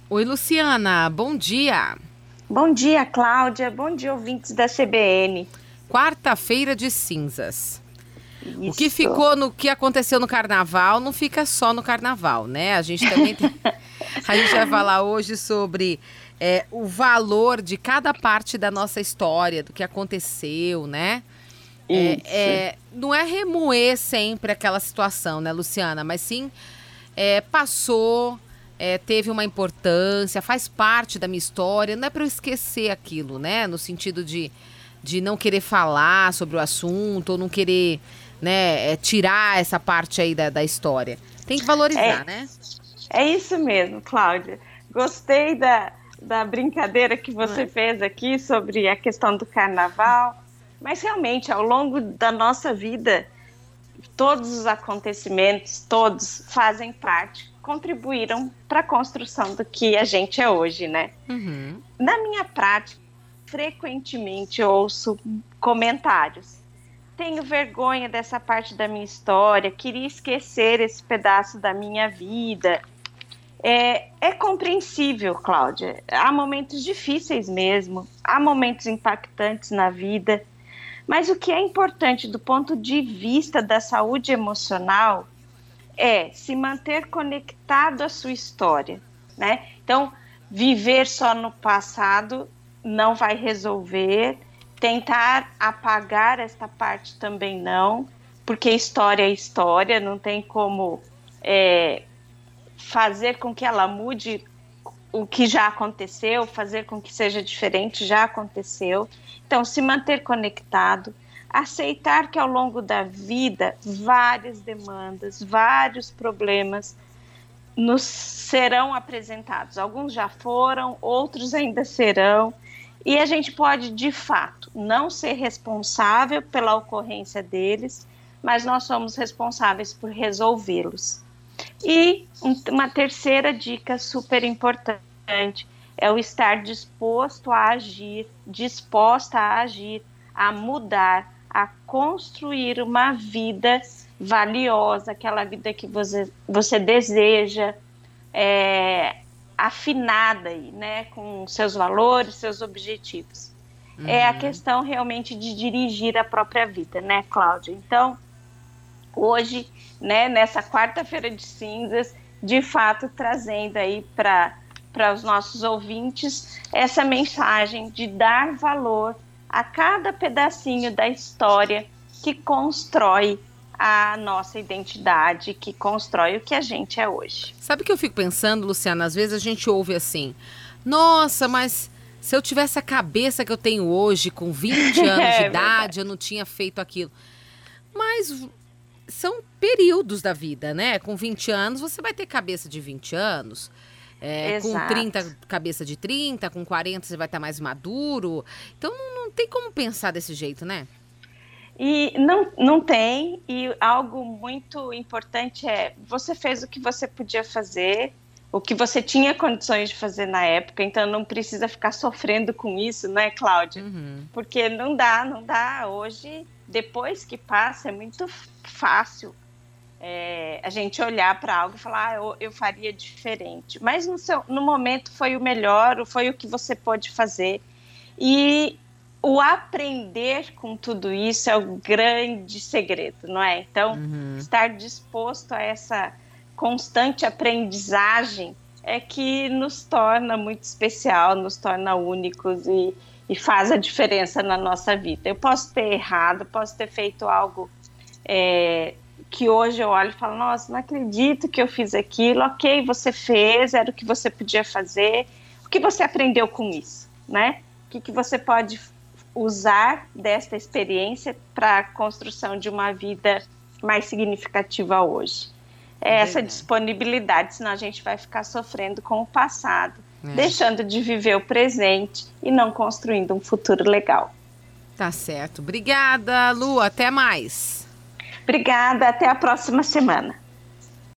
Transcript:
Oi, Luciana, bom dia. Bom dia, Cláudia. Bom dia, ouvintes da CBN. Quarta-feira de cinzas. O que Isso. ficou no que aconteceu no carnaval não fica só no carnaval, né? A gente também a gente vai falar hoje sobre o valor de cada parte da nossa história, do que aconteceu, né? Isso. Não é remoer sempre aquela situação, né, Luciana? Mas sim, passou, teve uma importância, faz parte da minha história. Não é para eu esquecer aquilo, né? No sentido de não querer falar sobre o assunto, ou não querer, né, tirar essa parte aí da história. Tem que valorizar, É, né? é isso mesmo, Cláudia. Gostei da brincadeira que Não você é? fez aqui sobre a questão do carnaval, mas realmente, ao longo da nossa vida, todos os acontecimentos, todos fazem parte, contribuíram para a construção do que a gente é hoje, né? Uhum. Na minha prática, frequentemente ouço comentários. Tenho vergonha dessa parte da minha história, queria esquecer esse pedaço da minha vida. É compreensível, Cláudia. Há momentos difíceis mesmo, há momentos impactantes na vida, mas o que é importante do ponto de vista da saúde emocional é se manter conectado à sua história, né? Então, viver só no passado não vai resolver, tentar apagar esta parte também não, porque história é história, não tem como é, fazer com que ela mude o que já aconteceu, fazer com que seja diferente, já aconteceu. Então, se manter conectado, aceitar que ao longo da vida várias demandas, vários problemas nos serão apresentados. Alguns já foram, outros ainda serão. E a gente pode, de fato, não ser responsável pela ocorrência deles, mas nós somos responsáveis por resolvê-los. E uma terceira dica super importante é o estar disposto a agir, disposta a agir, a mudar, a construir uma vida valiosa, aquela vida que você deseja, afinada aí, né, com seus valores, seus objetivos. É a Uhum. questão realmente de dirigir a própria vida, né, Cláudia? Então, hoje, né, nessa quarta-feira de cinzas, de fato trazendo aí para os nossos ouvintes essa mensagem de dar valor a cada pedacinho da história que constrói a nossa identidade, que constrói o que a gente é hoje. Sabe o que eu fico pensando, Luciana? Às vezes a gente ouve assim: nossa, mas se eu tivesse a cabeça que eu tenho hoje, com 20 anos de É idade, verdade. eu não tinha feito aquilo. Mas são períodos da vida, né? Com 20 anos, você vai ter cabeça de 20 anos. Com Exato. 30, cabeça de 30. Com 40, você vai estar mais maduro. Então, não tem como pensar desse jeito, né? E não tem, e algo muito importante é, você fez o que você podia fazer, o que você tinha condições de fazer na época, então não precisa ficar sofrendo com isso, né, Cláudia? Uhum. Porque não dá. Hoje, depois que passa, é muito fácil a gente olhar para algo e falar, eu faria diferente. Mas no momento foi o melhor, foi o que você pôde fazer. E o aprender com tudo isso é o grande segredo, não é? Então, Uhum. estar disposto a essa constante aprendizagem é que nos torna muito especial, nos torna únicos e faz a diferença na nossa vida. Eu posso ter errado, posso ter feito algo que hoje eu olho e falo, nossa, não acredito que eu fiz aquilo. Ok, você fez, era o que você podia fazer. O que você aprendeu com isso, né? O que você pode usar desta experiência para a construção de uma vida mais significativa hoje? É É essa verdade. disponibilidade, senão a gente vai ficar sofrendo com o passado, É, deixando de viver o presente e não construindo um futuro legal. tá certo. Obrigada, Lu. Até mais. Obrigada, até a próxima semana.